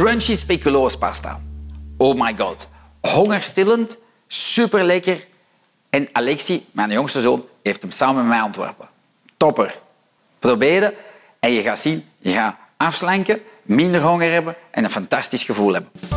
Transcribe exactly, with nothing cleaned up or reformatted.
Crunchy speculoospasta. Oh my god. Hongerstillend, super lekker. En Alexi, mijn jongste zoon, heeft hem samen met mij ontworpen. Topper. Probeer het en je gaat zien, je gaat afslanken, minder honger hebben en een fantastisch gevoel hebben.